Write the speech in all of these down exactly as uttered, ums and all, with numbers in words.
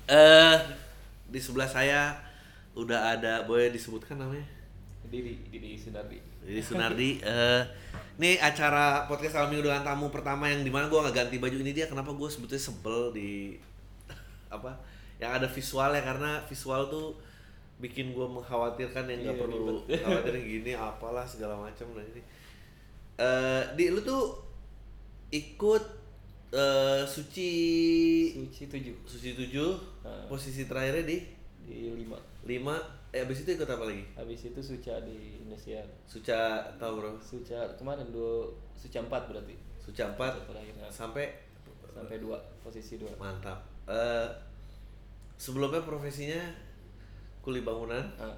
Eh, di sebelah saya udah ada, boleh disebutkan namanya? Didi, Didi Sunardi. Jadi Sunardi. Eh, ini acara podcast Awal Minggu dengan tamu pertama yang dimana gue nggak ganti baju. Ini dia kenapa gue sebetulnya sebel di apa? Yang ada visualnya, karena visual tuh bikin gue mengkhawatirkan yang nggak Iya, perlu ribet. khawatirin gini, apalah segala macam dan ini. Eh, di lu tuh ikut eh, suci Suci tujuh suci tujuh, Nah. posisi terakhirnya di di lima. lima. Eh abis itu ikut apa lagi? Habis itu Suca di Indonesia. Suca tahu bro? Suca kemarin dua Suca empat berarti. Suca empat Suca terakhir. Nah, sampai sampai dua posisi dua. mantap. Eh sebelumnya profesinya kuli bangunan. Ah.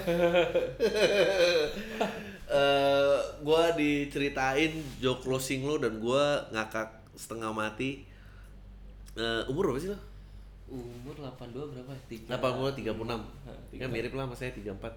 Eh gua diceritain joke closing lo dan gua ngakak setengah mati. Eh umur berapa sih lo? Umur delapan puluh dua berapa ya? Tiga. delapan puluh, tiga puluh enam. Hah, Ya tiga. mirip lah sama saya tiga puluh empat.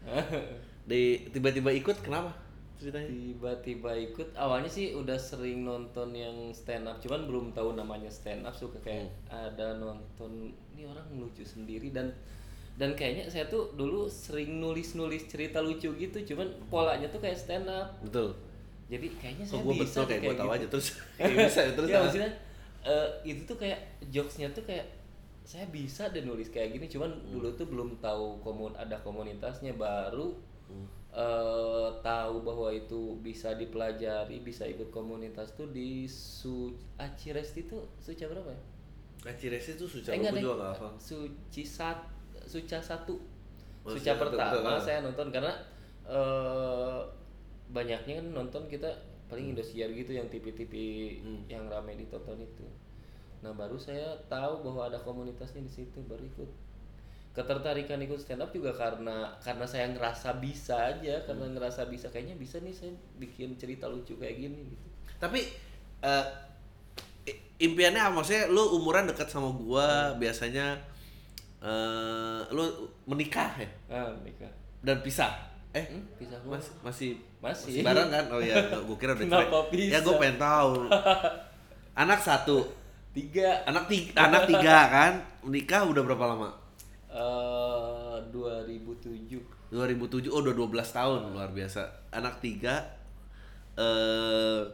Di tiba-tiba ikut kenapa ceritanya? Tiba-tiba ikut, awalnya sih udah sering nonton yang stand up, cuman belum tahu namanya stand up. Suka kayak ada nonton ini orang lucu sendiri, dan dan kayaknya saya tuh dulu sering nulis-nulis cerita lucu gitu, cuman polanya tuh kayak stand up. Betul. Jadi kayaknya Kok saya gue bisa betul tuh kayak gue tahu gitu. aja terus. Kayak bisa ya terus. Ya ah. maksudnya eh, itu tuh kayak jokesnya tuh kayak saya bisa deh nulis kayak gini, cuman dulu tuh belum tahu komun ada komunitasnya, baru eh, tahu bahwa itu bisa dipelajari, bisa ikut komunitas tuh di Su Aciresti itu Suca berapa ya? Kaci Resi itu susah, Eh, gue enggak deh. juga gak hafal. Suci sat Suca satu. Oh, Suca Suca satu, pertama betul. saya nonton karena eh, banyaknya kan nonton kita paling Indosiar gitu, yang T V-T V Hmm. yang ramai ditonton itu. Nah, baru saya tahu bahwa ada komunitasnya di situ, baru ikut. Ketertarikan ikut stand up juga karena karena saya ngerasa bisa aja, karena ngerasa bisa, kayaknya bisa nih saya bikin cerita lucu kayak gini gitu. Tapi eh, i- impiannya apa? Maksudnya lu umuran dekat sama gua, biasanya eh lu menikah ya Ah, nikah. dan pisah. Eh, Hmm, pisah mas, masih Masih. bareng kan? Oh iya, gua kira udah Kenapa cerai. Ya gua pisah? pengen tahu. Anak satu, Tiga. anak tiga, anak tiga kan? Menikah udah berapa lama? Eh, dua ribu tujuh. dua ribu tujuh, oh udah dua belas tahun, luar biasa. Anak tiga, eh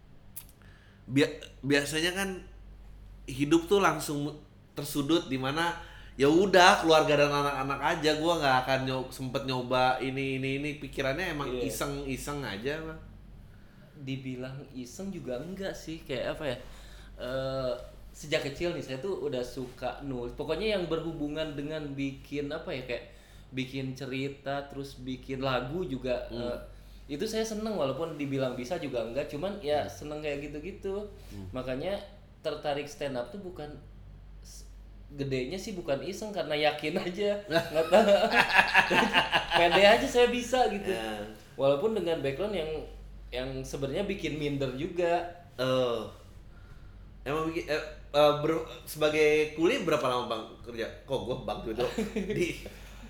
bia- biasanya kan hidup tuh langsung tersudut di mana ya udah keluarga dan anak-anak aja, gua nggak akan nyob, sempet nyoba ini ini ini pikirannya emang Iya. iseng-iseng aja Bang. Dibilang iseng juga enggak sih, kayak apa ya, Eh, sejak kecil nih saya tuh udah suka nulis, pokoknya yang berhubungan dengan bikin apa ya, kayak bikin cerita terus bikin lagu juga. eh, itu saya seneng, walaupun dibilang bisa juga enggak, cuman ya seneng kayak gitu-gitu. Makanya tertarik stand up tuh bukan s- gedenya sih bukan iseng, karena yakin aja, nggak tahu. Pede aja saya bisa gitu, Ya. walaupun dengan background yang yang sebenarnya bikin minder juga. Eh, emang bikin- eh, eh, ber- sebagai kuli berapa lama Bang kerja? Kok gua Bang tuh di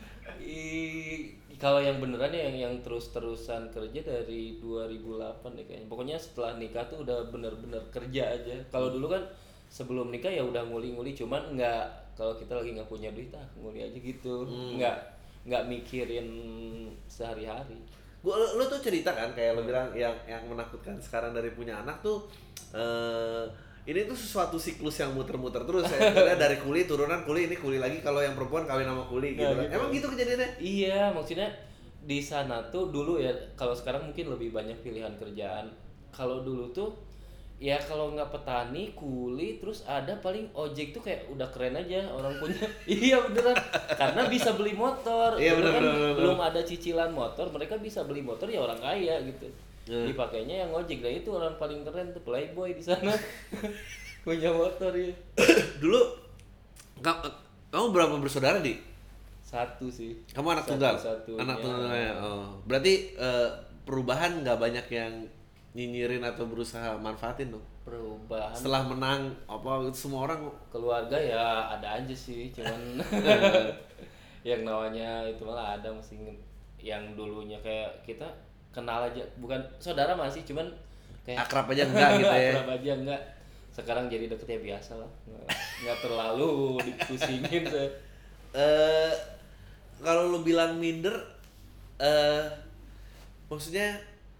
I- kalau yang beneran ya, yang yang terus-terusan kerja dari dua ribu delapan deh kayaknya. Pokoknya setelah nikah tuh udah bener-bener kerja aja. Kalau dulu kan sebelum nikah ya udah nguli-nguli, cuman nggak, kalau kita lagi nggak punya duit ah nguli aja gitu. Nggak nggak mikirin sehari-hari. Gua lu, lu tuh cerita kan kayak lo bilang yang yang menakutkan sekarang dari punya anak tuh eh ini tuh sesuatu siklus yang muter-muter terus ya. Karena dari kuli turunan kuli, ini kuli lagi, kalau yang perempuan kawin sama kuli gitu Nah, kan. gitu. Emang gitu kejadiannya? Iya, maksudnya di sana tuh dulu ya, kalau sekarang mungkin lebih banyak pilihan kerjaan. Kalau dulu tuh ya kalau nggak petani, kuli, terus ada paling ojek tuh kayak udah keren aja orang punya. Iya beneran, karena bisa beli motor. Iya, Dulu bener, kan bener, bener. belum ada cicilan motor, mereka bisa beli motor, ya orang kaya gitu. Hmm. Dipakainya yang ojek, dan itu orang paling keren tuh, playboy di sana. Punya motor ya. Dulu ka- kamu berapa bersaudara, Di? Satu sih. Kamu anak tunggal? Satu-satunya. Anak tunggalnya. Oh. Berarti eh, perubahan nggak banyak yang nyinyirin atau berusaha manfaatin dong. Perubahan. Setelah menang apa semua orang Keluarga ya ada aja sih, cuman yang namanya itu malah ada, mesti yang dulunya kayak kita kenal aja, bukan saudara masih, cuman kayak akrab aja enggak gitu ya. akrab aja enggak, Sekarang jadi deket ya biasa lah, nggak nggak terlalu dipusingin saya. Eh kalau lu bilang minder, eh maksudnya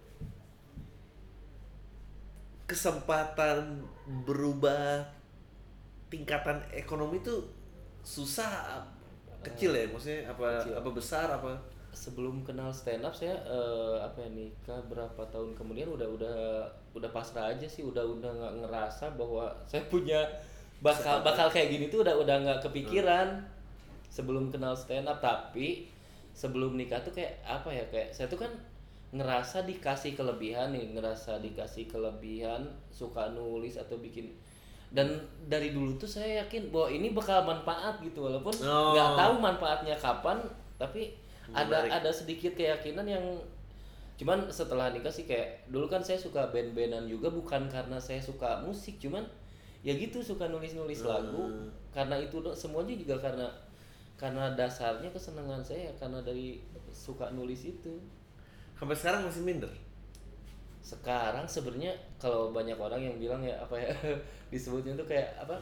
kesempatan berubah tingkatan ekonomi itu susah kecil ya, maksudnya apa Kecil. apa besar apa? Sebelum kenal stand up saya eh, apa ya nikah berapa tahun kemudian udah udah udah pasrah aja sih, udah udah nggak ngerasa bahwa saya punya bakal Kesempatan. bakal kayak gini tuh udah udah nggak kepikiran sebelum kenal stand up. Tapi sebelum nikah tuh kayak apa ya, kayak saya tuh kan ngerasa dikasih kelebihan nih, ngerasa dikasih kelebihan suka nulis atau bikin, dan dari dulu tuh saya yakin bahwa ini bakal manfaat gitu, walaupun Oh. nggak tahu manfaatnya kapan, tapi ada Menarik. ada sedikit keyakinan yang, cuman setelah nikah sih kayak dulu kan saya suka band-bandan juga bukan karena saya suka musik, cuman ya gitu suka nulis-nulis lagu Hmm. karena itu do- semuanya juga karena karena dasarnya kesenangan saya karena dari suka nulis itu. Sampai sekarang masih minder. Sekarang sebenarnya kalau banyak orang yang bilang ya apa ya disebutnya tuh kayak apa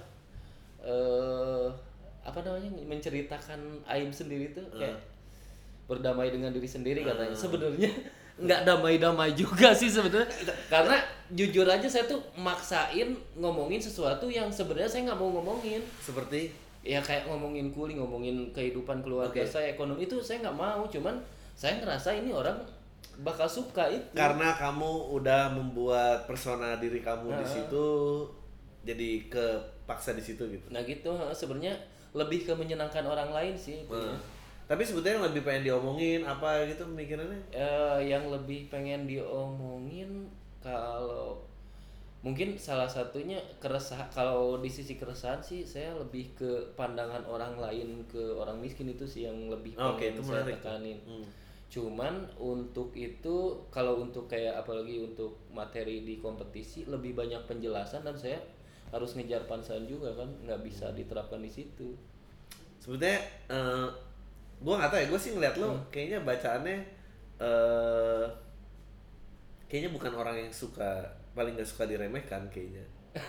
eh apa namanya menceritakan aib sendiri tuh kayak berdamai dengan diri sendiri katanya. Sebenarnya nggak damai-damai juga sih sebenarnya, karena jujur aja saya tuh maksain ngomongin sesuatu yang sebenarnya saya nggak mau ngomongin. Seperti Ya kayak ngomongin kuliah, ngomongin kehidupan keluarga Oke. saya, ekonomi itu saya nggak mau, cuman saya ngerasa ini orang bakal suka itu. karena kamu udah membuat persona diri kamu di Nah. situ, jadi kepaksa di situ gitu. Nah gitu, ha, sebenarnya lebih ke menyenangkan orang lain sih itu ya. Nah, tapi sebetulnya yang lebih pengen diomongin apa gitu pemikirannya? Eh, yang lebih pengen diomongin kalau mungkin salah satunya keresahan, kalau di sisi keresahan sih saya lebih ke pandangan orang lain ke orang miskin, itu sih yang lebih Oke, pengen itu saya menarik. tekanin. Hmm. Cuman untuk itu kalau untuk kayak apalagi untuk materi di kompetisi lebih banyak penjelasan dan saya harus ngejar punchline juga kan, nggak bisa diterapkan di situ. Sebetulnya eh gue nggak tahu ya, gue sih ngeliat lo kayaknya bacaannya eh kayaknya bukan orang yang suka, paling nggak suka diremehkan kayaknya.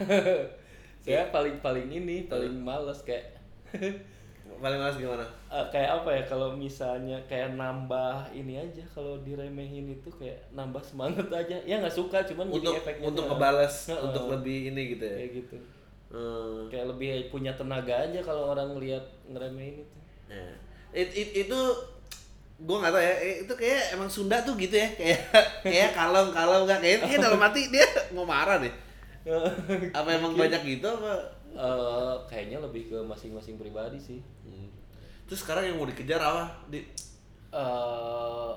Saya paling paling ini paling males kayak Paling males gimana? eh, kayak apa ya, kalau misalnya kayak nambah ini aja, kalau diremehin itu kayak nambah semangat aja ya, nggak suka cuman Untuk jadi efeknya untuk doang. ngebales, Heeh. untuk lebih ini gitu ya. Kayak gitu, Hmm. kayak lebih punya tenaga aja kalau orang ngelihat ngeremehin itu. Nah, it, it, itu gue nggak tahu ya, eh, itu kayak emang Sunda tuh gitu ya, kayak kayak kalem kalem nggak kayak kayak dalam hati dia mau marah deh. Apa emang banyak gitu apa? Eh, kayaknya lebih ke masing-masing pribadi sih. Hmm. Terus sekarang yang mau dikejar apa? Di eh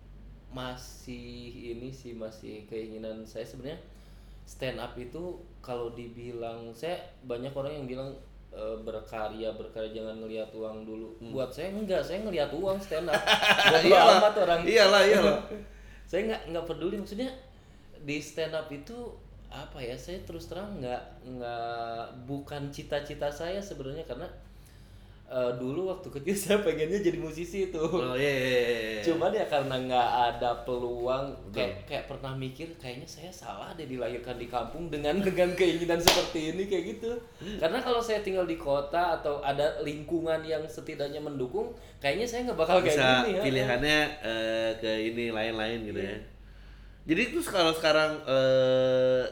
masih ini sih, masih keinginan saya sebenarnya stand up itu. Kalau dibilang, saya banyak orang yang bilang eh, berkarya berkarya jangan ngelihat uang dulu. Buat saya enggak, saya ngelihat uang stand up. Bodo Iyalah, amat orang. iyalah, iyalah. Saya nggak nggak peduli, maksudnya di stand up itu apa ya, saya terus terang nggak nggak bukan cita-cita saya sebenarnya, karena eh, dulu waktu kecil saya pengennya jadi musisi itu. Oh iya, iya, iya, iya. Cuman ya karena nggak ada peluang, kayak kayak pernah mikir kayaknya saya salah deh dilahirkan di kampung dengan dengan keinginan seperti ini kayak gitu. Karena kalau saya tinggal di kota atau ada lingkungan yang setidaknya mendukung, kayaknya saya nggak bakal kayak Bisa gini ya. pilihannya eh, ke ini lain-lain gitu ya. Jadi terus kalau sekarang eh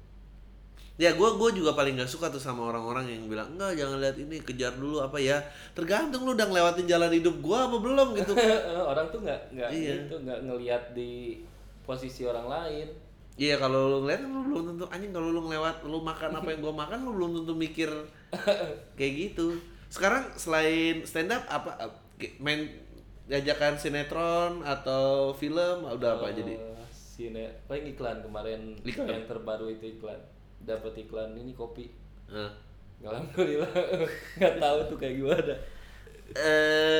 ya gue gue juga paling nggak suka tuh sama orang-orang yang bilang enggak jangan lihat ini, kejar dulu apa ya, tergantung lu udah ngelewatin jalan hidup gue apa belum gitu. Orang tuh nggak nggak Iya. itu nggak ngelihat di posisi orang lain. Iya kalau lu ngeliat lu belum tentu, anjing kalau lu ngelewat lu makan apa yang gue makan lu belum tentu mikir kayak gitu. Sekarang selain stand up apa main jajakan sinetron atau film udah apa jadi? Eh, sine paling iklan kemarin Iklan? yang terbaru itu iklan, dapat iklan ini kopi. Nah. Alhamdulillah. Nggak tahu tuh kayak gimana. Eh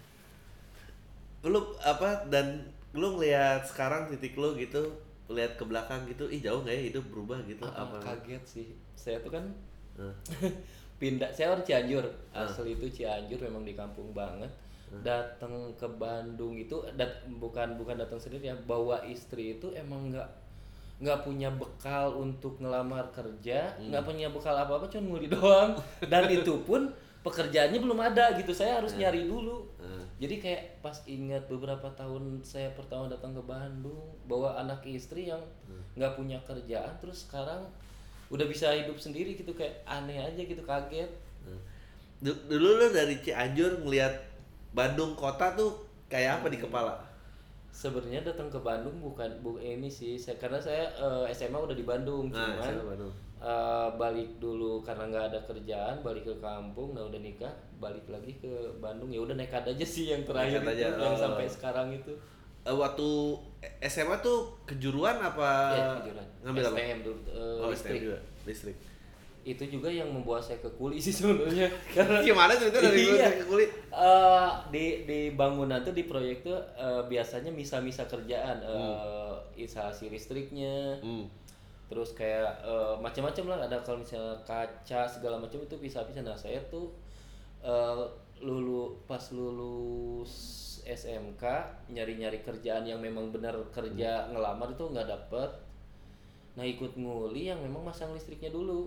lu apa dan lu ngelihat sekarang titik lu gitu, lihat ke belakang gitu, ih jauh nggak ya hidup berubah gitu Ah, apa? kaget sih. Saya tuh kan Nah. pindah, saya orang Cianjur. Asli itu Cianjur, memang di kampung banget. Datang ke Bandung itu dat, bukan bukan datang sendiri ya, bawa istri itu emang nggak nggak punya bekal untuk ngelamar kerja, nggak hmm. punya bekal apa-apa, cuma nguli doang. Dan itu pun pekerjaannya belum ada gitu, saya harus hmm. nyari dulu. Hmm. Jadi kayak pas ingat beberapa tahun saya pertama datang ke Bandung, bawa anak istri yang nggak hmm. punya kerjaan, terus sekarang udah bisa hidup sendiri gitu, kayak aneh aja gitu, kaget. Hmm. Dulu lo dari Cianjur ngelihat Bandung kota tuh kayak apa hmm. di kepala? Sebenarnya datang ke Bandung bukan bu ini sih, saya, karena saya uh, S M A udah di Bandung, nah, cuman Bandung. Uh, balik dulu karena nggak ada kerjaan, balik ke kampung, nah udah nikah, balik lagi ke Bandung, ya udah nekat aja sih yang terakhir nekat itu, aja. Yang oh. sampai sekarang itu. Uh, waktu S M A tuh kejuruan apa? Ya, kejuruan. Ngambil S T M dulu, uh, oh, listrik. S T M juga, listrik. Itu juga yang membawa saya ke kuli sih sebenarnya. Gimana tuh itu dari iya. ke kuli? Uh, di di bangunan tuh, di proyek tuh uh, biasanya misa-misa kerjaan, uh, hmm. instalasi listriknya, hmm. terus kayak uh, macam-macam lah, ada kalau misalnya kaca segala macam itu bisa-bisa. Nah saya tuh uh, lulu pas lulus S M K nyari-nyari kerjaan yang memang benar kerja, hmm. ngelamar itu nggak dapet. Nah ikut nguli yang memang masang listriknya dulu.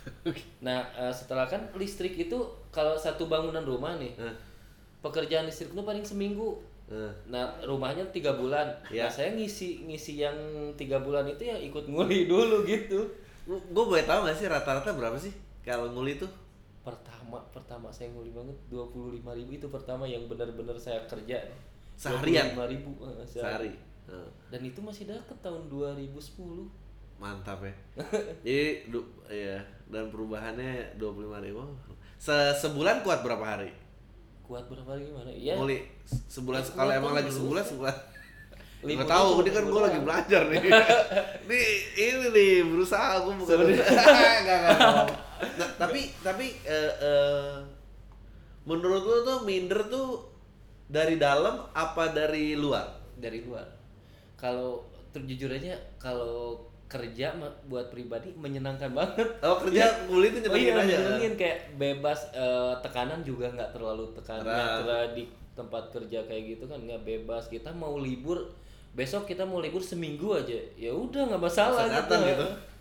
Nah uh, setelah kan listrik itu kalau satu bangunan rumah nih, uh. pekerjaan listrik itu paling seminggu. Uh. Nah rumahnya tiga bulan. Yeah. Nah saya ngisi ngisi yang tiga bulan itu ya ikut nguli dulu gitu. Gue boleh tahu nggak sih rata-rata berapa sih kalau nguli tuh? Pertama pertama saya nguli banget dua puluh lima ribu itu pertama yang benar-benar saya kerja. Seharian. dua puluh lima ribu uh, sehari. Uh. Dan itu masih deket tahun dua ribu sepuluh. Mantap ya. Jadi du, ya, dan perubahannya dua puluh lima ribu. Se sebulan kuat berapa hari? Kuat berapa hari gimana? Ya. Nguli sebulan ya, kalau emang lagi sebulan sebulan. Enggak tahu, ini kan gue lagi belajar nih. Nih ini nih berusaha aku bukan. Enggak enggak. Nah, tapi tapi uh, uh, menurut lu tuh minder tuh dari dalam apa dari luar? Dari luar. Kalau jujur aja kalau kerja buat pribadi menyenangkan banget. Oh kerja nguli itu nyenengin oh, iya, aja. Nyenengin kayak bebas, uh, tekanan juga nggak terlalu tekanan. Nggak di tempat kerja kayak gitu kan nggak bebas. Kita mau libur besok, kita mau libur seminggu aja, ya udah nggak masalah gitu. gitu.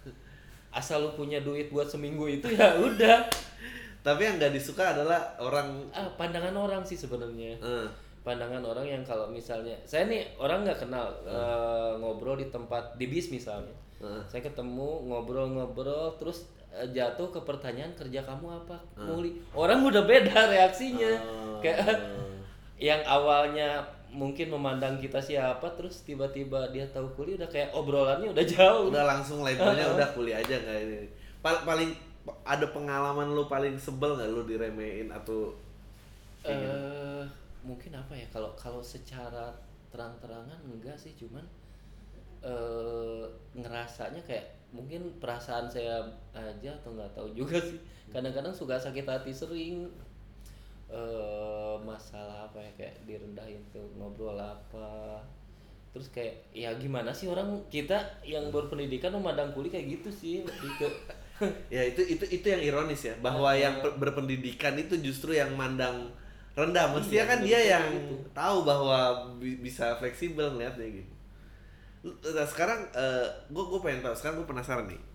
Asal lu punya duit buat seminggu itu ya udah. Tapi yang nggak disuka adalah orang. Ah, pandangan orang sih sebenarnya. Uh. Pandangan orang yang kalau misalnya saya nih orang nggak kenal, uh. Uh, ngobrol di tempat di bis misalnya. Uh. Saya ketemu ngobrol-ngobrol terus uh, jatuh ke pertanyaan kerja kamu apa? Uh. Nguli. Orang udah beda reaksinya. Uh. Kayak yang awalnya mungkin memandang kita siapa terus tiba-tiba dia tahu kuli udah kayak obrolannya udah jauh. Udah langsung levelnya uh. udah kuli aja kayak ini. Pal paling ada pengalaman lu paling sebel nggak lu diremehin atau eh uh, mungkin apa ya, kalau kalau secara terang-terangan enggak sih, cuman Uh, ngerasanya kayak mungkin perasaan saya aja atau nggak tahu juga sih, kadang-kadang suka sakit hati sering, uh, masalah apa ya, kayak direndahin tuh ngobrol apa, terus kayak ya gimana sih orang kita yang berpendidikan memandang kuli kayak gitu sih lebih ke ya itu itu itu yang ironis ya, bahwa uh, yang berpendidikan itu justru yang mandang rendah, mestinya iya, kan dia yang gitu. Tahu bahwa bi bisa fleksibel ngeliatnya gitu. Nah, sekarang uh, gue gue pengen tahu, sekarang gue penasaran nih,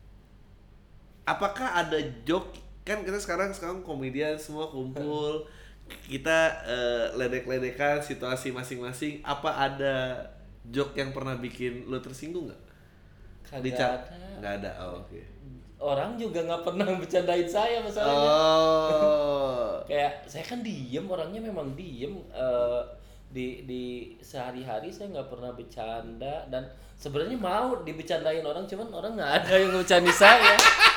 apakah ada joke, kan kita sekarang sekarang komedian semua kumpul kita uh, ledek-ledekan situasi masing-masing, apa ada joke yang pernah bikin lo tersinggung nggak? Kagak ada. Nggak ada. Oh, oke. Okay. Orang juga nggak pernah bercandain saya masalahnya. Oh. Kayak saya kan diem, orangnya memang diem. Uh, di di sehari-hari saya nggak pernah bercanda, dan sebenarnya mau dibecandain orang, cuman orang nggak ada yang bercanda saya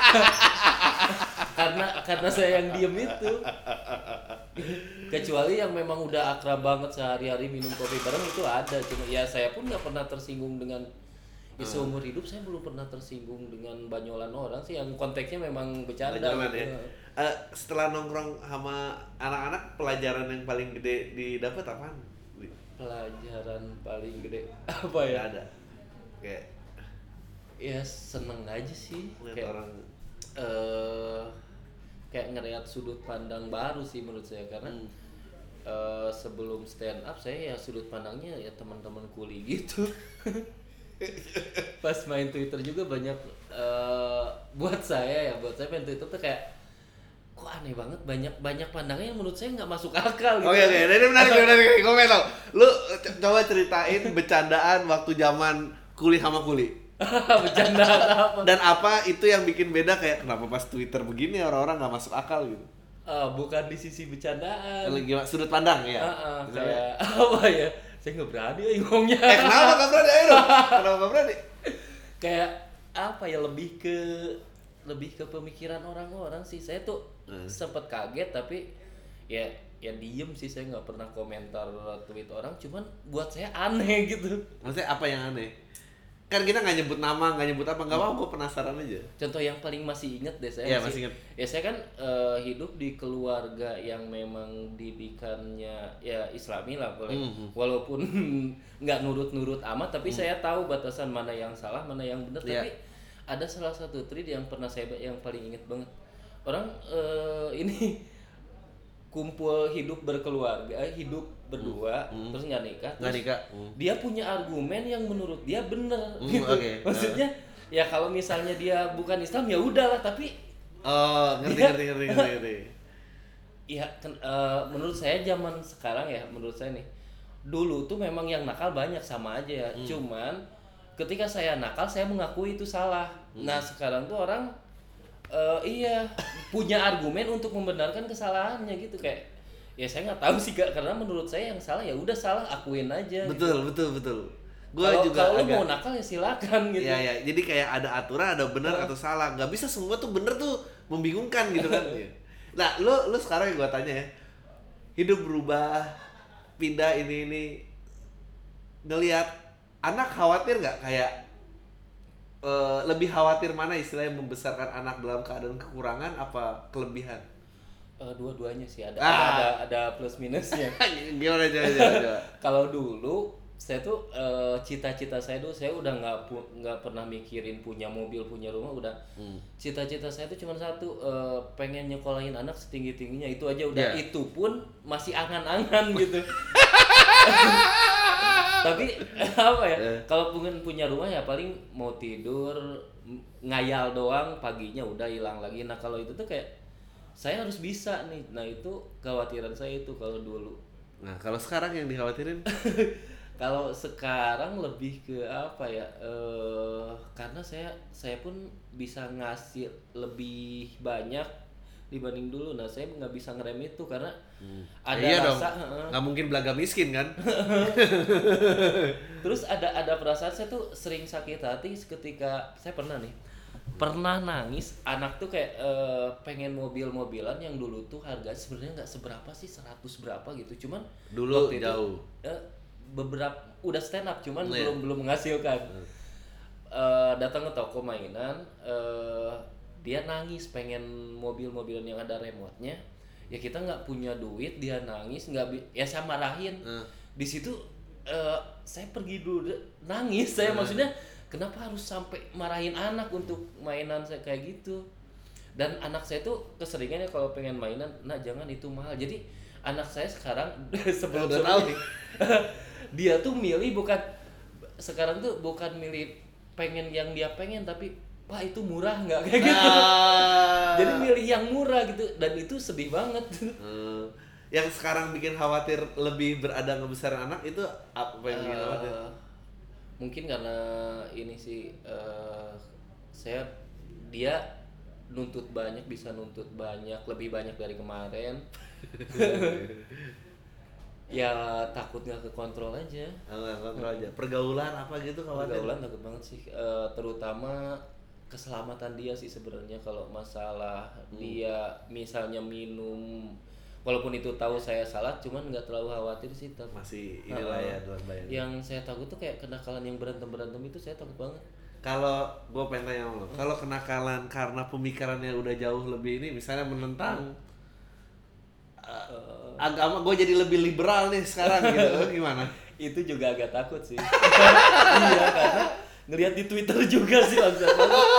karena karena saya yang diem itu, kecuali yang memang udah akrab banget sehari-hari minum kopi bareng itu ada, cuma ya saya pun nggak pernah tersinggung dengan ya, seumur hidup saya belum pernah tersinggung dengan banyolan orang sih, yang konteksnya memang bercanda gitu. Ya. Uh, setelah nongkrong sama anak-anak, pelajaran yang paling gede didapat apaan? Pelajaran paling gede apa ya? Gak ada. Kayak ya seneng aja sih. Lihat kayak orang uh, kayak ngeliat sudut pandang baru sih menurut saya, karena hmm. uh, sebelum stand up saya ya sudut pandangnya ya teman-teman kuli gitu. Pas main Twitter juga banyak uh, buat saya ya, buat saya main Twitter tuh kayak kok aneh banget, banyak banyak pandangan yang menurut saya nggak masuk akal gitu. Oke oke, ini menarik menarik. Komen dong. Lu c- coba ceritain bercandaan waktu zaman kuli sama kuli. Bercandaan apa? Dan apa itu yang bikin beda kayak kenapa pas Twitter begini orang-orang nggak masuk akal gitu? Uh, bukan di sisi bercandaan. Lagi sudut pandang ya. Uh, uh, kayak apa ya? Saya nggak berani ya ngomongnya. Eh kenapa nggak berani? Ayo dong. Kenapa nggak berani? Kayak apa ya, lebih ke lebih ke pemikiran orang-orang sih. Saya tuh hmm. sempet kaget tapi ya ya diem sih, saya nggak pernah komentar tweet orang, cuman buat saya aneh gitu. Maksudnya apa yang aneh? Kan kita nggak nyebut nama, nggak nyebut apa, nggak apa, gue penasaran aja. Contoh yang paling masih inget deh saya. Iya, masih inget. Ya saya kan uh, hidup di keluarga yang memang didikannya ya Islami lah, boleh. Mm-hmm. Walaupun nggak nurut-nurut amat, tapi mm. saya tahu batasan mana yang salah, mana yang benar. Yeah. Tapi ada salah satu tweet yang pernah saya yang paling inget banget. Orang uh, ini kumpul hidup berkeluarga, hidup berdua, hmm. terus nggak nikah, terus nikah. Hmm. dia punya argumen yang menurut dia bener, hmm, gitu. Okay. Maksudnya uh. ya kalau misalnya dia bukan Islam ya udahlah, tapi oh ngerti dia, ngerti ngerti ngerti ngerti. Iya, uh, menurut saya zaman sekarang ya, menurut saya nih, dulu tuh memang yang nakal banyak sama aja ya, hmm. cuman ketika saya nakal saya mengakui itu salah. Hmm. Nah sekarang tuh orang Uh, iya punya argumen untuk membenarkan kesalahannya gitu, kayak ya saya nggak tahu sih Kak, karena menurut saya yang salah ya udah salah, akuin aja. Betul gitu. betul betul. Gua kalo, juga kalau agak... mau nakal ya silakan gitu. Iya ya, jadi kayak ada aturan, ada benar uh. atau salah. Nggak bisa semua tuh bener tuh, membingungkan gitu kan. Nah, lu lu sekarang yang gua tanya ya, hidup berubah, pindah ini ini, ngelihat anak khawatir nggak kayak Uh, lebih khawatir mana istilahnya, membesarkan anak dalam keadaan kekurangan apa kelebihan? Uh, dua-duanya sih, ada, ah. ada ada ada plus minusnya. Gimana aja aja. Kalau dulu saya tuh uh, cita-cita saya tuh, saya udah nggak nggak pu- pernah mikirin punya mobil, punya rumah, udah hmm. cita-cita saya tuh cuma satu, uh, pengen nyekolahin anak setinggi tingginya, itu aja udah. Yeah. Itu pun masih angan-angan gitu. Tapi apa ya, yeah. kalau pengen punya rumah ya paling mau tidur ngayal doang, paginya udah hilang lagi. Nah kalau itu tuh kayak saya harus bisa nih, nah itu kekhawatiran saya itu kalau dulu. Nah kalau sekarang yang dikhawatirin? Kalau sekarang lebih ke apa ya, uh, karena saya saya pun bisa ngasih lebih banyak dibanding dulu. Nah saya nggak bisa ngerem itu karena hmm. ada iya rasa nggak uh, mungkin belaga miskin kan. Terus ada ada perasaan saya tuh sering sakit hati ketika saya pernah nih pernah nangis, anak tuh kayak uh, pengen mobil-mobilan yang dulu tuh harga sebenarnya nggak seberapa sih, seratus berapa gitu, cuman dulu jauh itu, uh, beberapa udah stand up cuman nah, belum ya. belum menghasilkan. hmm. uh, datang ke toko mainan, uh, dia nangis pengen mobil-mobilan yang ada remote-nya, ya kita nggak punya duit, dia nangis nggak bi- ya saya marahin. hmm. Di situ uh, saya pergi dulu nangis saya, hmm. maksudnya kenapa harus sampai marahin anak untuk mainan saya kayak gitu. Dan anak saya tuh keseringannya kalau pengen mainan, nah jangan itu mahal. Jadi anak saya sekarang sebelum sebelum dia tuh milih bukan sekarang tuh bukan milih pengen yang dia pengen, tapi wah itu murah nggak kayak gitu. Ah. Jadi milih yang murah gitu, dan itu sedih banget. Hmm. Yang sekarang bikin khawatir lebih berada ngebesarin anak itu apa yang bikin khawatir? Uh, mungkin karena ini sih, uh, saya dia nuntut banyak, bisa nuntut banyak, lebih banyak dari kemarin. Ya takut nggak kekontrol aja. Nggak kontrol aja. Pergaulan apa gitu khawatir? Pergaulan takut banget sih, uh, terutama keselamatan dia sih sebenarnya. Kalau masalah hmm. dia misalnya minum, walaupun itu tahu saya salah, cuman nggak terlalu khawatir sih. Tapi masih inilah uh, ya dalam bayang. Yang saya takut tuh kayak kenakalan yang berantem berantem itu saya takut banget. Kalau gue pengen tanya sama lo, hmm. kalau kenakalan karena pemikirannya udah jauh lebih ini, misalnya menentang uh, uh, agama, gue jadi lebih liberal nih sekarang gitu, gimana? Itu juga agak takut sih. Iya, karena ngelihat di Twitter juga sih langsung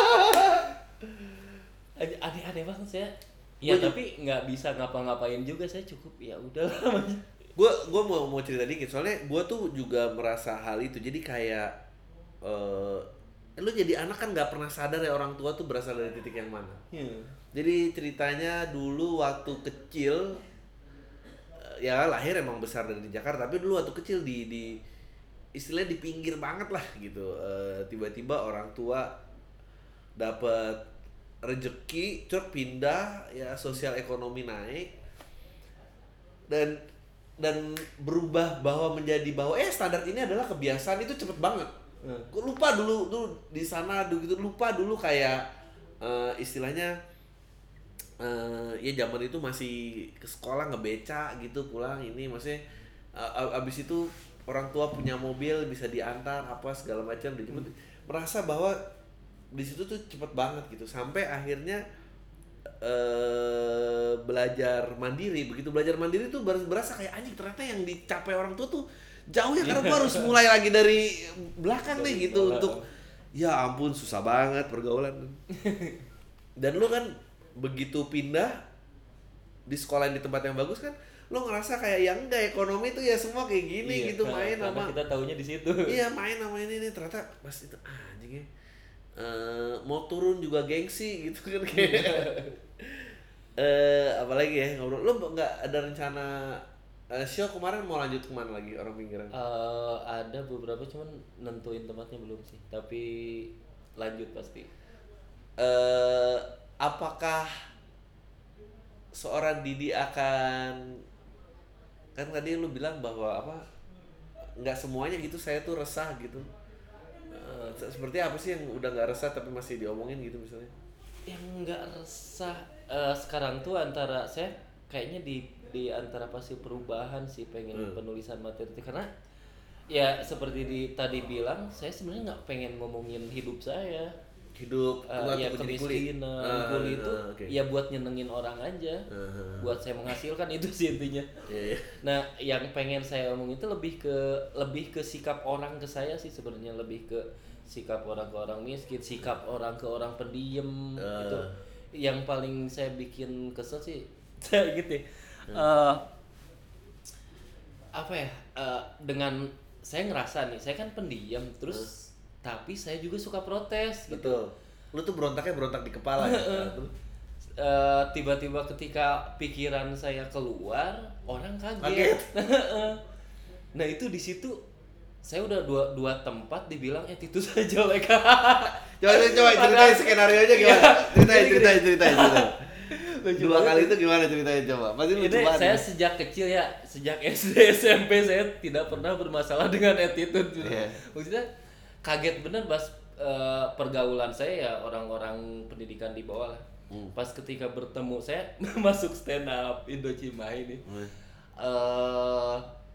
aneh-aneh banget saya. Ya gua tapi nggak bisa ngapa-ngapain juga, saya cukup ya udahlah. Gue gue mau mau cerita dikit, soalnya gue tuh juga merasa hal itu. Jadi kayak uh, lu jadi anak kan nggak pernah sadar ya orang tua tuh berasal dari titik yang mana. Hmm. Jadi ceritanya dulu waktu kecil, uh, ya lahir emang besar dari Jakarta, tapi dulu waktu kecil di di istilahnya di pinggir banget lah gitu. Uh, tiba-tiba orang tua dapat rezeki, cur pindah, ya sosial ekonomi naik, dan dan berubah bahwa menjadi bahwa eh standar ini adalah kebiasaan itu cepet banget. Hmm. Gue lupa dulu tuh di sana dulu gitu, lupa dulu kayak uh, istilahnya uh, ya zaman itu masih ke sekolah ngebeca gitu pulang ini maksudnya uh, abis itu orang tua punya mobil bisa diantar apa segala macam dijemput, hmm. merasa bahwa di situ tuh cepet banget gitu sampai akhirnya Uh, belajar mandiri. Begitu belajar mandiri tuh berasa kayak anjing ternyata yang dicapai orang tua tuh jauh ya karena gua harus mulai lagi dari belakang nih gitu untuk ya ampun susah banget pergaulan. Dan lu kan begitu pindah di sekolah yang di tempat yang bagus kan lu ngerasa kayak yang enggak ekonomi tuh ya semua kayak gini iya, gitu main sama kita taunya di situ. Iya main sama ini nih ternyata pas itu ah, anjingnya uh, mau turun juga gengsi gitu kan kayak Uh, apalagi ya ngobrol, lo nggak ada rencana uh, show kemarin mau lanjut kemana lagi orang pinggiran? Uh, ada beberapa cuman nentuin tempatnya belum sih, tapi lanjut pasti. Uh, apakah seorang Didi akan kan tadi lu bilang bahwa apa nggak semuanya gitu saya tuh resah gitu. Uh, seperti apa sih yang udah nggak resah tapi masih diomongin gitu misalnya? Yang nggak resah uh, sekarang tuh antara saya kayaknya di di antara pasti perubahan sih pengen hmm. penulisan materi karena ya seperti di tadi bilang saya sebenarnya nggak pengen ngomongin hidup saya hidup uh, ya kemiskinan uh, kuli itu uh, okay. ya buat nyenengin orang aja uh, buat saya menghasilkan itu sih intinya yeah, yeah. Nah yang pengen saya omong itu lebih ke lebih ke sikap orang ke saya sih sebenarnya lebih ke sikap orang ke orang miskin, sikap orang ke orang pendiam uh. itu yang paling saya bikin kesel sih saya gitu ya. Hmm. Uh, apa ya uh, dengan saya ngerasa nih saya kan pendiam terus uh. tapi saya juga suka protes gitu. Betul. Lu tuh berontaknya berontak di kepala ya. uh, tiba-tiba ketika pikiran saya keluar orang kaget. Nah itu di situ saya udah dua dua tempat dibilang attitude saya jelek. coba coba ceritain skenario aja gimana? Ceritain ceritain ceritain ceritain. Dua kali itu gimana ceritain coba? Pasti lucu banget. Saya sejak kecil ya, sejak S D S M P saya tidak pernah bermasalah dengan attitude. Yeah. Maksudnya kaget bener pas uh, pergaulan saya ya orang-orang pendidikan di bawah lah. Hmm. Pas ketika bertemu saya masuk stand up Indo Cimahi ini. Hmm. Uh,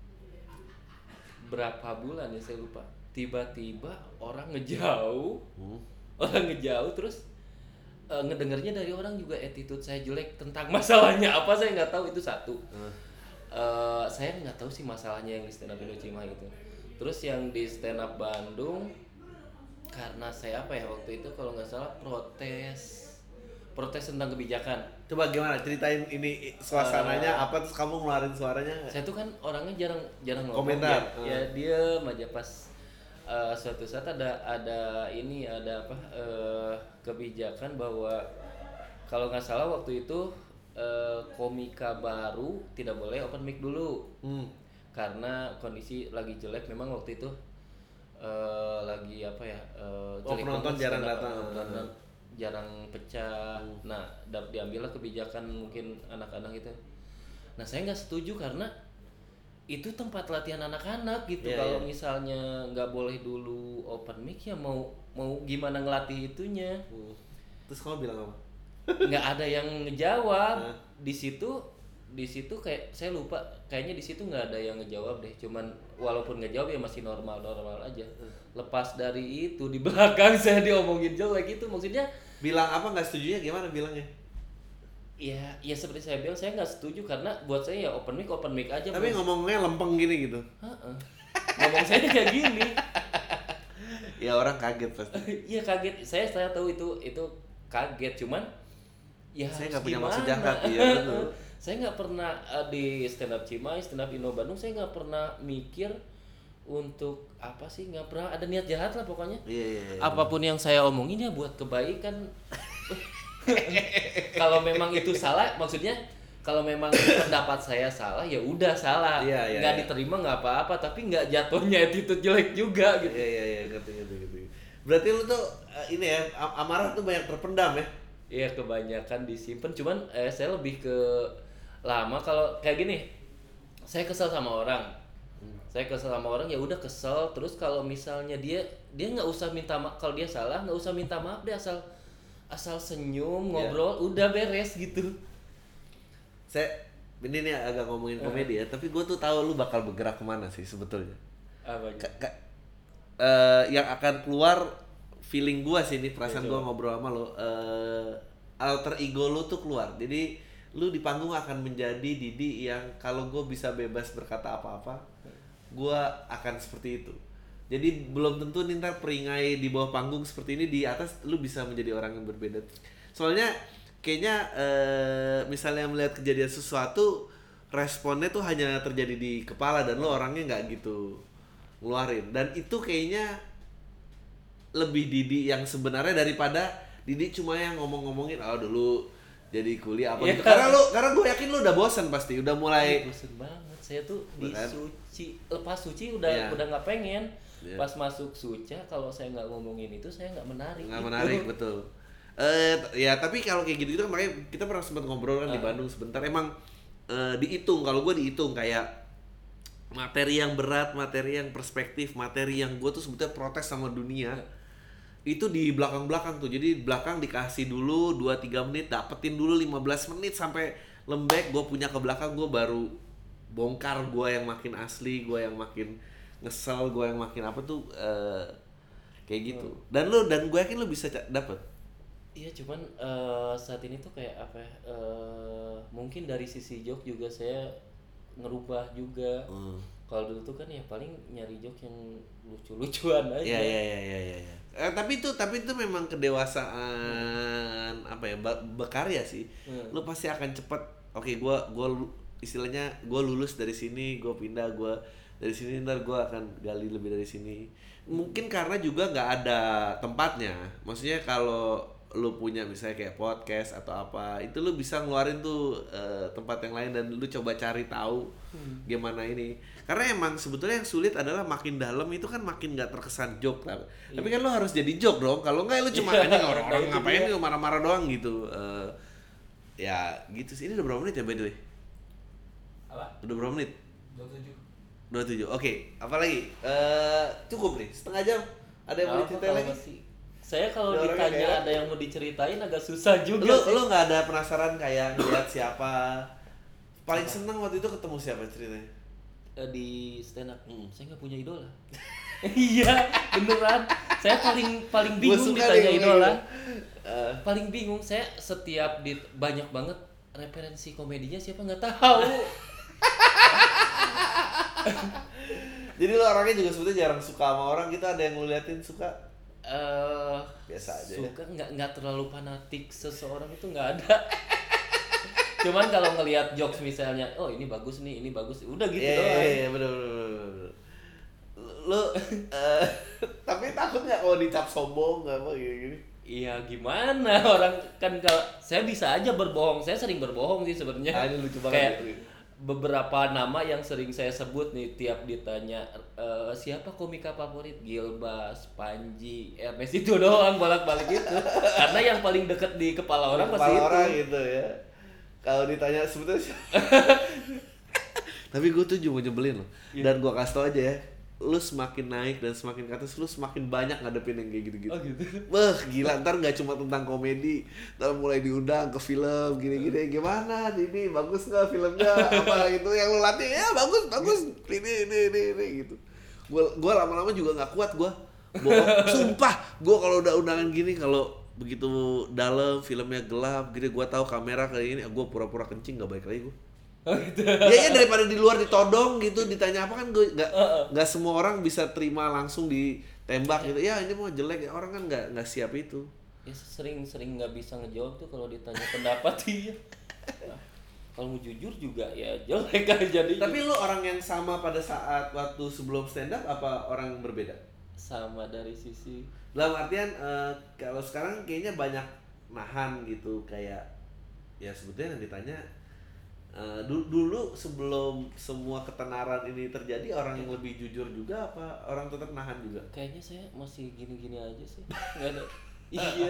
berapa bulan ya saya lupa tiba-tiba orang ngejauh hmm. orang ngejauh terus uh, ngedengarnya dari orang juga attitude saya jelek tentang masalahnya apa saya nggak tahu itu satu hmm. uh, saya nggak tahu sih masalahnya yang di stand up Indo Cimahi itu terus yang di stand up Bandung karena saya apa ya waktu itu kalau nggak salah protes protes tentang kebijakan. Coba gimana ceritain ini suasananya uh, apa terus kamu ngeluarin suaranya? Saya tuh kan orangnya jarang jarang ngomong komentar. Ya, uh. ya diem aja pas uh, suatu saat ada ada ini ada apa uh, kebijakan bahwa kalau nggak salah waktu itu uh, komika baru tidak boleh open mic dulu. Hmm. Karena kondisi lagi jelek memang waktu itu uh, lagi apa ya uh, oh, penonton jarang datang. Penonton jarang pecah. Hmm. Nah, diambillah kebijakan mungkin anak-anak itu. Nah, saya nggak setuju karena itu tempat latihan anak-anak gitu. Yeah, kalau yeah. misalnya nggak boleh dulu open mic ya mau mau gimana ngelatih itunya. Hmm. Terus kamu bilang apa? Nggak ada yang ngejawab. Nah. Di situ di situ kayak saya lupa kayaknya di situ nggak ada yang ngejawab deh. Cuman walaupun ngejawab ya masih normal-normal aja. Hmm. Lepas dari itu di belakang saya diomongin jelek itu maksudnya bilang apa nggak setujunya gimana bilangnya? Ya, ya seperti saya bilang saya nggak setuju karena buat saya ya open mic open mic aja. Tapi ngomongnya lempeng gini gitu. Heeh. Ngomong saya kayak gini. Ya orang kaget pasti. Iya kaget. Saya saya tahu itu itu kaget cuman ya saya nggak punya maksud jahat ya betul. Saya nggak pernah uh, di stand up Cimahi, stand up Indo Bandung saya nggak pernah mikir untuk apa sih, nggak pernah ada niat jahat lah pokoknya. Iya, iya, iya. Apapun yang saya omongin ya buat kebaikan. Kalau memang itu salah, maksudnya kalau memang pendapat saya salah ya udah salah, Iya, iya, nggak iya. diterima nggak apa-apa, tapi nggak jatuhnya attitude jelek juga gitu. Iya, iya, iya, ngerti, ngerti, ngerti. Berarti lu tuh eh, ini ya, am- amarah tuh banyak terpendam ya? Iya kebanyakan disimpan, cuman eh, saya lebih ke lama kalau kayak gini, saya kesel sama orang, saya kesel sama orang ya udah kesel, terus kalau misalnya dia dia nggak usah minta maaf, kalau dia salah nggak usah minta maaf, dia asal asal senyum Iya. ngobrol udah beres gitu. Saya ini nih agak ngomongin komedi ya, tapi gue tuh tahu lu bakal bergerak kemana sih sebetulnya. Apa gitu? Ka- ka- eh, yang akan keluar feeling gua sih ini perasaan Ya, gua coba. ngobrol sama lo, eh, alter ego lu tuh keluar. Jadi lu di panggung akan menjadi Didi yang kalau gua bisa bebas berkata apa-apa, gua akan seperti itu. Jadi belum tentu nih ntar peringai di bawah panggung seperti ini, di atas lu bisa menjadi orang yang berbeda. Soalnya kayaknya eh, misalnya melihat kejadian sesuatu, responnya tuh hanya terjadi di kepala dan lu orangnya nggak gitu ngeluarin. Dan itu kayaknya lebih Didi yang sebenarnya daripada Didi cuma yang ngomong-ngomongin oh dulu jadi kuliah apa Iya. gitu. Karena lu karena gue yakin lu udah bosan pasti, udah mulai Bosen banget saya tuh di Bukan. suci, lepas suci udah Iya. udah nggak pengen. Iya. Pas masuk suca kalau saya nggak ngomongin itu saya nggak menarik. nggak gitu. menarik betul. Eh t- ya tapi kalau kayak gitu gitu kan makanya kita pernah sempat ngobrol kan di Ah. Bandung sebentar, emang eh, dihitung, kalau gue dihitung kayak materi yang berat, materi yang perspektif, materi yang gue tuh sebetulnya protes sama dunia itu di belakang-belakang tuh. Jadi belakang dikasih dulu dua tiga menit, dapetin dulu lima belas menit sampai lembek, gue punya ke belakang, gue baru bongkar gue yang makin asli, gue yang makin ngesel, gue yang makin apa tuh eh, kayak gitu. Dan lu dan gue yakin lu bisa ca- dapet. Iya cuman eh, saat ini tuh kayak apa ya, eh, mungkin dari sisi joke juga saya ngerubah juga. Hmm. Kalau dulu tuh kan ya paling nyari joke yang lucu-lucuan aja. Iya iya iya iya iya. Ya. Eh, tapi itu tapi itu memang kedewasaan apa ya, ba- berkarya sih. Hmm. Lu pasti akan cepet. Oke, gua gua lu- istilahnya gua lulus dari sini, gua pindah, gua dari sini ntar gua akan gali lebih dari sini. Mungkin karena juga nggak ada tempatnya. Maksudnya kalau lu punya misalnya kayak podcast atau apa, itu lu bisa ngeluarin tuh eh, tempat yang lain dan lu coba cari tahu gimana ini. Karena emang sebetulnya yang sulit adalah makin dalam itu kan makin nggak terkesan joke lah. Tapi kan lu harus jadi joke dong. Kalau nggak lu cuma Iya, anjing orang-orang itu ngapain dia. lu marah-marah doang gitu. Eh, ya gitu sih. Ini udah berapa menit ya by the way? Apa? Udah berapa menit? dua puluh tujuh. dua puluh tujuh. Oke, apalagi? Eh cukup nih, setengah jam. Ada yang mau Apa diceritain kalau lagi? masih- Saya kalau Ada orangnya ditanya kayak- ada yang mau diceritain agak susah juga Lu sih. lu nggak ada penasaran kayak ngeliat siapa? Paling seneng waktu itu ketemu siapa ceritanya? Eh, di stand up. Hmm. Saya nggak punya idola. Iya, beneran. Saya paling paling Gua bingung suka ditanya deh, idola. Eh, Paling bingung saya setiap di banyak banget referensi komedinya siapa nggak tahu. Jadi lu orangnya juga sebetulnya jarang suka sama orang gitu, ada yang lu liatin suka? Eh Biasa aja ya. suka nggak nggak terlalu fanatik seseorang itu nggak ada. Cuman kalau ngelihat jokes misalnya, oh ini bagus nih, ini bagus, udah gitu Iya doang. iya iya bener bener bener, bener. Lu eh, tapi takut nggak kalau dicap sombong nggak apa gini-gini? Iya gimana orang kan kalau saya bisa aja berbohong, saya sering berbohong sih sebenarnya. Ah, ini lucu banget Kayak ya. beberapa nama yang sering saya sebut nih tiap ditanya "Eh, siapa komika favorit, Gilbas, Panji, Ernest itu doang bolak-balik itu. Karena yang paling deket di kepala orang pasti Kepala itu. orang gitu ya. Kalau ditanya sebetulnya siapa? Tapi gue tuh cuma nyebelin loh. Dan gue kasih tau aja ya, lu semakin naik dan semakin ke atas, lu semakin banyak ngadepin yang kayak gitu-gitu. Oh gitu. Wah gila, ntar gak cuma tentang komedi, ntar mulai diundang ke film gini-gini. Gimana ini bagus gak filmnya apa gitu yang lu latih, ya bagus bagus ini ini ini, ini gitu. Gue gue lama-lama juga nggak kuat gue. Sumpah gue kalau udah undangan gini, kalau begitu dalam filmnya gelap gini, gue tahu kamera kayak gini, gue pura-pura kencing nggak baik lagi gue. Oh gitu. Ya ya daripada di luar ditodong gitu, ditanya apa kan gue nggak nggak semua orang bisa terima langsung ditembak gitu. Ya ini mau jelek ya, orang kan nggak nggak siap itu. Ya sering-sering nggak bisa ngejawab tuh kalau ditanya pendapat iya. kalau mau jujur juga ya jelek kan jadi. Tapi lu orang yang sama pada saat waktu sebelum stand up apa orang yang berbeda? Sama dari sisi Dalam artian uh, kalau sekarang kayaknya banyak nahan gitu kayak ya sebetulnya yang ditanya uh, dulu, dulu sebelum semua ketenaran ini terjadi orang yang lebih jujur juga apa orang tetap nahan juga? kayaknya saya masih gini-gini aja sih. Nggak ada. Iya.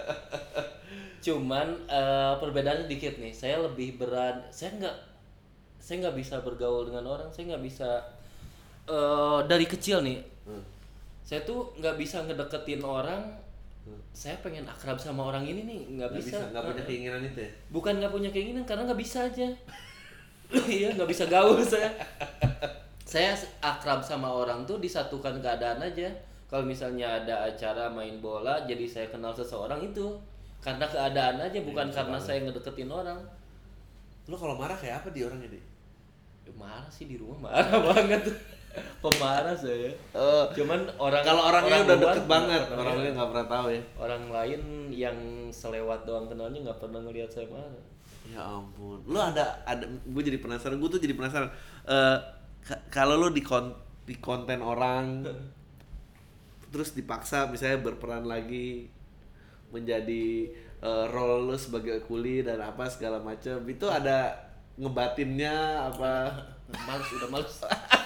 Cuman uh, perbedaannya dikit nih. Saya lebih berani. Saya nggak saya nggak bisa bergaul dengan orang. Saya nggak bisa uh, dari kecil nih. Hmm. Saya tuh nggak bisa ngedeketin orang. Saya pengen akrab sama orang ini nih nggak bisa. Nggak punya keinginan itu ya? Bukan nggak punya keinginan karena nggak bisa aja. Iya nggak bisa gaul saya. Saya akrab sama orang tuh disatukan keadaan aja. Kalau misalnya ada acara main bola, jadi saya kenal seseorang itu karena keadaan aja, bukan ya, karena banget. Saya ngedeketin orang. Lo kalau marah kayak apa di orang ini? Ya, marah sih di rumah marah banget. Pemarah saya. Oh. Cuman orang kalau orangnya orang udah deket banget, orang orangnya nggak pernah tahu ya. Orang lain yang selewat doang kenalnya nggak pernah ngelihat saya marah. Ya ampun. Lo ada ada, gue jadi penasaran. Gue tuh jadi penasaran. Uh, k- kalau lo di kon di konten orang terus dipaksa misalnya berperan lagi menjadi uh, role lu sebagai kuli dan apa segala macam itu ada ngebatinnya apa? Males, udah males.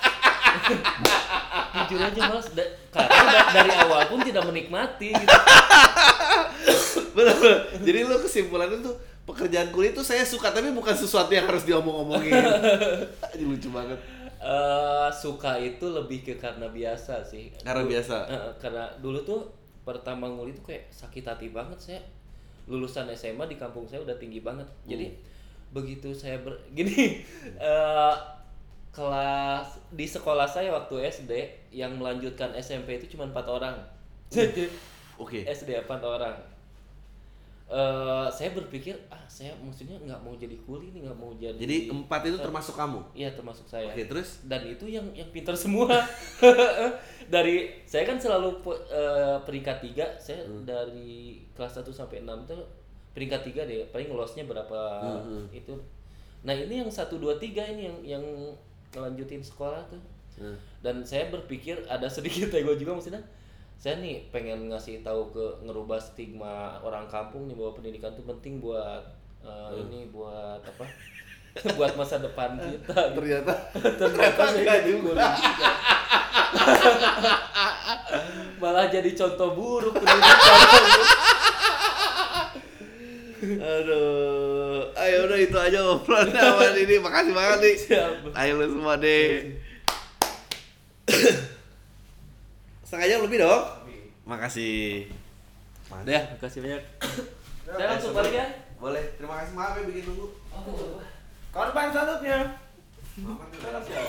Jujur aja males da- karena dari awal pun tidak menikmati gitu. Bener-bener. Jadi lu kesimpulannya tuh pekerjaan kuli itu saya suka tapi bukan sesuatu yang harus diomong-omongin. Ini lucu banget. Uh, suka itu lebih ke karena biasa sih. Karena dulu, biasa. Uh, karena dulu tuh pertama nguli tuh kayak sakit hati banget saya. Lulusan S M A di kampung saya udah tinggi banget. Jadi hmm. begitu saya ber gini uh, kelas di sekolah saya waktu S D yang melanjutkan S M P itu cuma empat orang. Jadi Oke. Okay. S D empat orang. Uh, saya berpikir ah saya maksudnya nggak mau jadi kuli nih, nggak mau jadi. Jadi empat itu termasuk kamu? Iya termasuk saya. Oke, terus? Dan itu yang yang pintar semua. Dari saya kan selalu uh, peringkat tiga, saya hmm. dari kelas satu sampai enam tuh peringkat tiga deh, paling lolosnya berapa hmm. itu. Nah ini yang satu dua tiga ini yang yang ngelanjutin sekolah tuh. Hmm. Dan saya berpikir ada sedikit ego juga maksudnya. Saya nih pengen ngasih tahu ke ngerubah stigma orang kampung nih bahwa pendidikan itu penting buat uh, hmm. ini buat apa? Buat masa depan kita. Ternyata ternyata saya juga. Malah jadi contoh buruk pendidikan. Aduh, ayo udah itu aja obrolan awal ini. Makasih banget nih. Siap. Ayo lu semua deh. Setengah jam lebih dong. Makasih. Udah, makasih banyak. Saya langsung balik ya. Boleh. Terima kasih, maaf ya bikin tunggu. Oh, korban selanjutnya. Maaf,